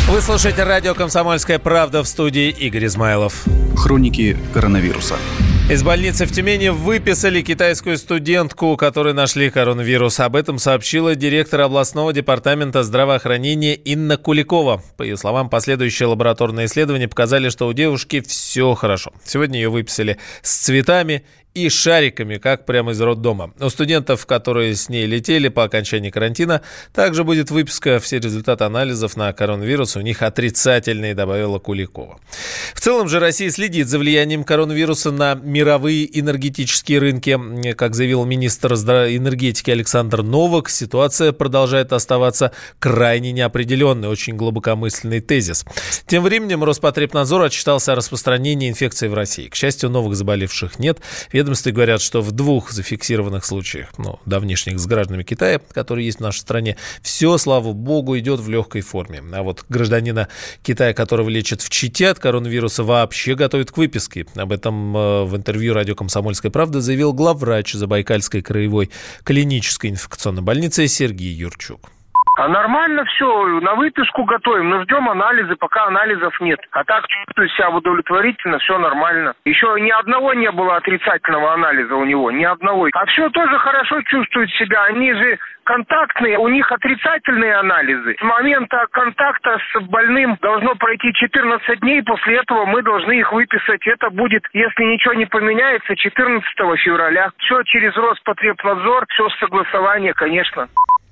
Вы слушаете радио «Комсомольская правда», в студии Игорь Измайлов. Хроники коронавируса. Из больницы в Тюмени выписали китайскую студентку, у которой нашли коронавирус. Об этом сообщила директор областного департамента здравоохранения Инна Куликова. По ее словам, последующие лабораторные исследования показали, что у девушки все хорошо. Сегодня ее выписали с цветами и шариками, как прямо из роддома. У студентов, которые с ней летели по окончании карантина, также будет выписка. Все результаты анализов на коронавирус у них отрицательные, добавила Куликова. В целом же Россия следит за влиянием коронавируса на мировые энергетические рынки. Как заявил министр энергетики Александр Новак, ситуация продолжает оставаться крайне неопределенной. Очень глубокомысленный тезис. Тем временем Роспотребнадзор отчитался о распространении инфекции в России. К счастью, новых заболевших нет. Ведомства говорят, что в 2 зафиксированных случаях, давнишних с гражданами Китая, которые есть в нашей стране, все, слава богу, идет в легкой форме. А вот гражданина Китая, которого лечат в Чите от коронавируса, вообще готовят к выписке. Об этом в интервью радио «Комсомольская правда» заявил главврач Забайкальской краевой клинической инфекционной больницы Сергей Юрчук. А нормально все, на выписку готовим, но ждем анализы, пока анализов нет. А так чувствую себя удовлетворительно, все нормально. Еще ни одного не было отрицательного анализа у него, ни одного. А все тоже хорошо чувствуют себя, они же контактные, у них отрицательные анализы. С момента контакта с больным должно пройти 14 дней, после этого мы должны их выписать. Это будет, если ничего не поменяется, 14 февраля. Все через Роспотребнадзор, все согласование, конечно.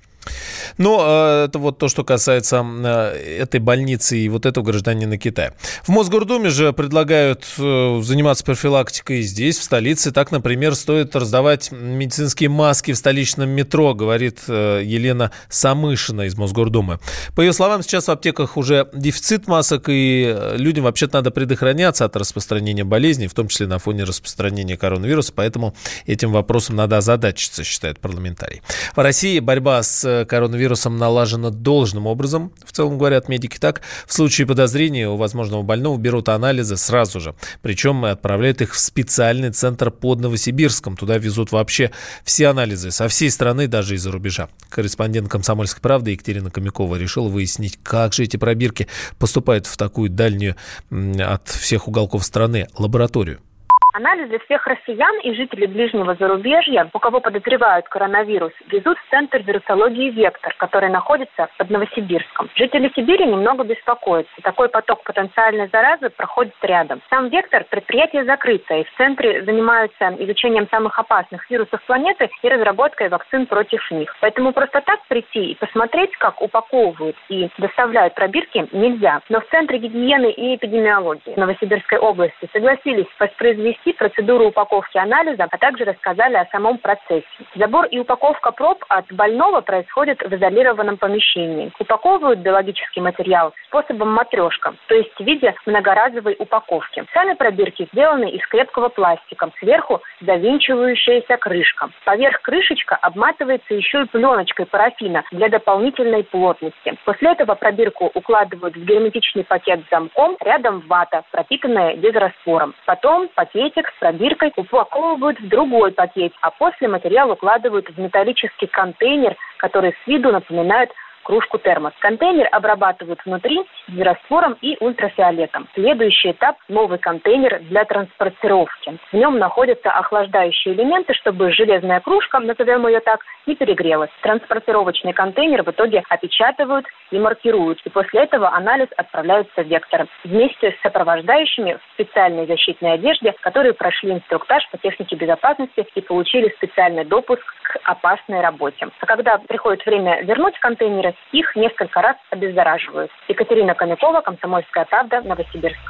Это вот то, что касается этой больницы и вот этого гражданина Китая. В Мосгордуме же предлагают заниматься профилактикой здесь, в столице. Так, например, стоит раздавать медицинские маски в столичном метро, говорит Елена Самышина из Мосгордумы. По ее словам, сейчас в аптеках уже дефицит масок, и людям вообще-то надо предохраняться от распространения болезней, в том числе на фоне распространения коронавируса, поэтому этим вопросом надо озадачиться, считает парламентарий. В России борьба с коронавирусом налажено должным образом, в целом говорят медики так. В случае подозрения у возможного больного берут анализы сразу же, причем отправляют их в специальный центр под Новосибирском. Туда везут вообще все анализы со всей страны, даже из-за рубежа. Корреспондент «Комсомольской правды» Екатерина Комякова решила выяснить, как же эти пробирки поступают в такую дальнюю от всех уголков страны лабораторию. Анализы всех россиян и жителей ближнего зарубежья, у кого подозревают коронавирус, везут в Центр вирусологии «Вектор», который находится под Новосибирском. Жители Сибири немного беспокоятся. Такой поток потенциальной заразы проходит рядом. Сам «Вектор» – предприятие закрытое, и в центре занимаются изучением самых опасных вирусов планеты и разработкой вакцин против них. Поэтому просто так прийти и посмотреть, как упаковывают и доставляют пробирки, нельзя. Но в Центре гигиены и эпидемиологии Новосибирской области согласились воспроизвести процедуру упаковки анализа, а также рассказали о самом процессе. Забор и упаковка проб от больного происходят в изолированном помещении. Упаковывают биологический материал способом матрешка, то есть в виде многоразовой упаковки. Сами пробирки сделаны из крепкого пластика. Сверху завинчивающаяся крышка. Поверх крышечка обматывается еще и пленочкой парафина для дополнительной плотности. После этого пробирку укладывают в герметичный пакет с замком, рядом вата, пропитанная дезраствором. Потом пакетик с пробиркой упаковывают в другой пакет, а после материал укладывают в металлический контейнер, который с виду напоминает кружку термос. Контейнер обрабатывают внутри дезраствором и ультрафиолетом. Следующий этап – новый контейнер для транспортировки. В нем находятся охлаждающие элементы, чтобы железная кружка, назовем ее так, не перегрелась. Транспортировочный контейнер в итоге опечатывают и маркируют. И после этого анализ отправляется в «Вектор» вместе с сопровождающими в специальной защитной одежде, которые прошли инструктаж по технике безопасности и получили специальный допуск к опасной работе. А когда приходит время вернуть контейнеры, их несколько раз обеззараживают. Екатерина Комякова, «Комсомольская правда», Новосибирск.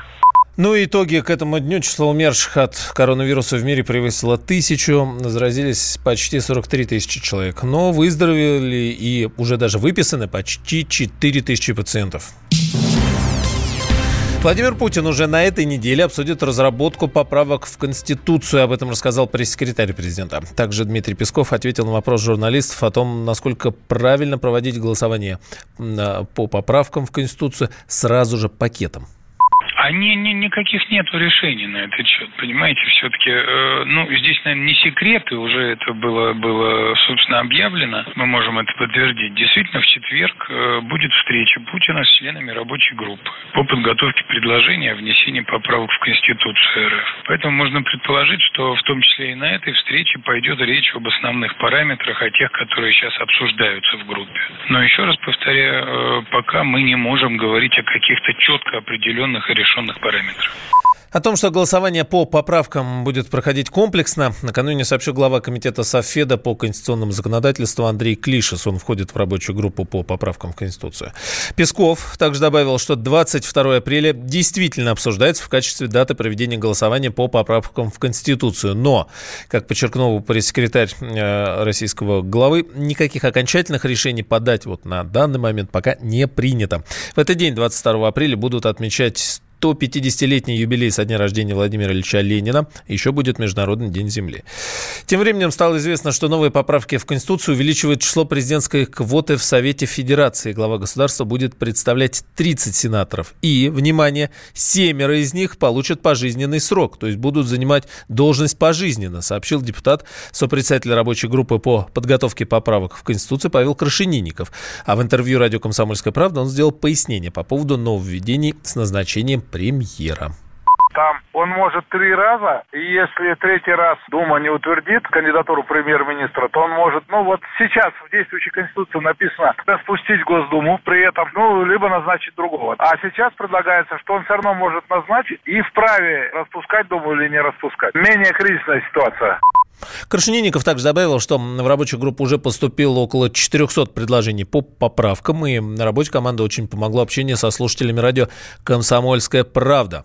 Итоги к этому дню. Число умерших от коронавируса в мире превысило 1000. Заразились почти 43 тысячи человек. Но выздоровели и уже даже выписаны почти 4000 пациентов. Владимир Путин уже на этой неделе обсудит разработку поправок в Конституцию. Об этом рассказал пресс-секретарь президента. Также Дмитрий Песков ответил на вопрос журналистов о том, насколько правильно проводить голосование по поправкам в Конституцию сразу же пакетом. Никаких нету решений на этот счет, понимаете, все-таки, здесь, наверное, не секрет, и уже это было, собственно, объявлено, мы можем это подтвердить. Действительно, в четверг будет встреча Путина с членами рабочей группы по подготовке предложения о внесении поправок в Конституцию РФ. Поэтому можно предположить, что в том числе и на этой встрече пойдет речь об основных параметрах, о тех, которые сейчас обсуждаются в группе. Но еще раз повторяю, пока мы не можем говорить о каких-то четко определенных и решенных параметрах. О том, что голосование по поправкам будет проходить комплексно, накануне сообщил глава комитета Совфеда по конституционному законодательству Андрей Клишес. Он входит в рабочую группу по поправкам в Конституцию. Песков также добавил, что 22 апреля действительно обсуждается в качестве даты проведения голосования по поправкам в Конституцию. Но, как подчеркнул пресс-секретарь российского главы, никаких окончательных решений по дате на данный момент пока не принято. В этот день, 22 апреля, будут отмечать 150-летний юбилей со дня рождения Владимира Ильича Ленина. Еще будет Международный день Земли. Тем временем стало известно, что новые поправки в Конституцию увеличивают число президентской квоты в Совете Федерации. Глава государства будет представлять 30 сенаторов. И, внимание, 7 из них получат пожизненный срок, то есть будут занимать должность пожизненно, сообщил депутат, сопредседатель рабочей группы по подготовке поправок в Конституцию Павел Крашенинников. А в интервью радио «Комсомольская правда» он сделал пояснение по поводу нововведений с назначением премьера. Там он может 3 раза, и если 3-й раз Дума не утвердит кандидатуру премьер-министра, то он может, сейчас в действующей Конституции написано распустить Госдуму, при этом, либо назначить другого. А сейчас предлагается, что он все равно может назначить и вправе распускать Думу или не распускать. Менее кризисная ситуация. Крашенинников также добавил, что в рабочую группу уже поступило около 400 предложений по поправкам, и рабочая команда очень помогла общение со слушателями радио «Комсомольская правда».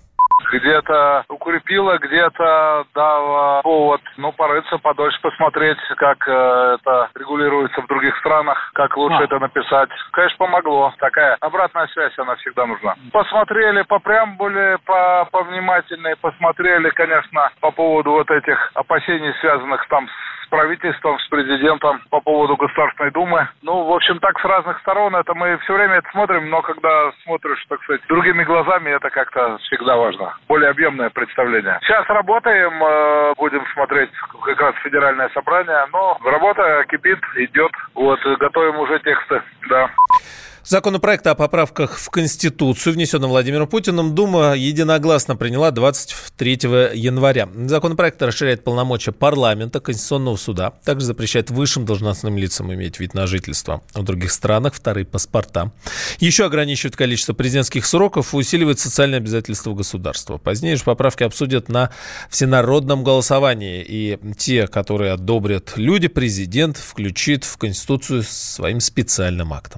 Где-то укрепила, где-то дала повод, порыться подольше, посмотреть, как это регулируется в других странах, как лучше это написать. Конечно, помогло. Такая обратная связь, она всегда нужна. Посмотрели по преамбуле, повнимательнее, посмотрели, конечно, по поводу этих опасений, связанных там с правительством, с президентом по поводу Государственной Думы. В общем, так с разных сторон. Это мы все время это смотрим, но когда смотришь, так сказать, другими глазами, это как-то всегда важно. Более объемное представление. Сейчас работаем, будем смотреть как раз федеральное собрание, но работа кипит, идет. Готовим уже тексты, да. Законопроект о поправках в Конституцию, внесенный Владимиром Путиным, Дума единогласно приняла 23 января. Законопроект расширяет полномочия парламента, Конституционного суда, также запрещает высшим должностным лицам иметь вид на жительство в других странах, вторые паспорта. Еще ограничивает количество президентских сроков и усиливает социальные обязательства государства. Позднее же поправки обсудят на всенародном голосовании, и те, которые одобрят люди, президент включит в Конституцию своим специальным актом.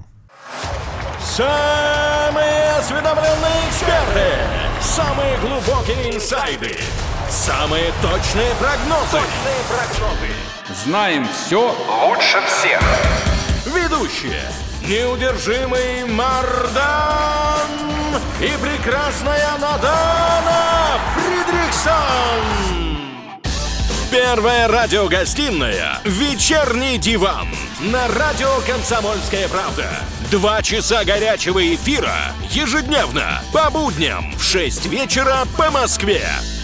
Самые осведомленные эксперты, самые глубокие инсайды, самые точные прогнозы. Знаем все лучше всех. Ведущие: неудержимый Мардан и прекрасная Надана Фридрихсон. Первая радиогостинная «Вечерний диван» на радио «Комсомольская правда». 2 часа горячего эфира ежедневно по будням в 6 вечера по Москве.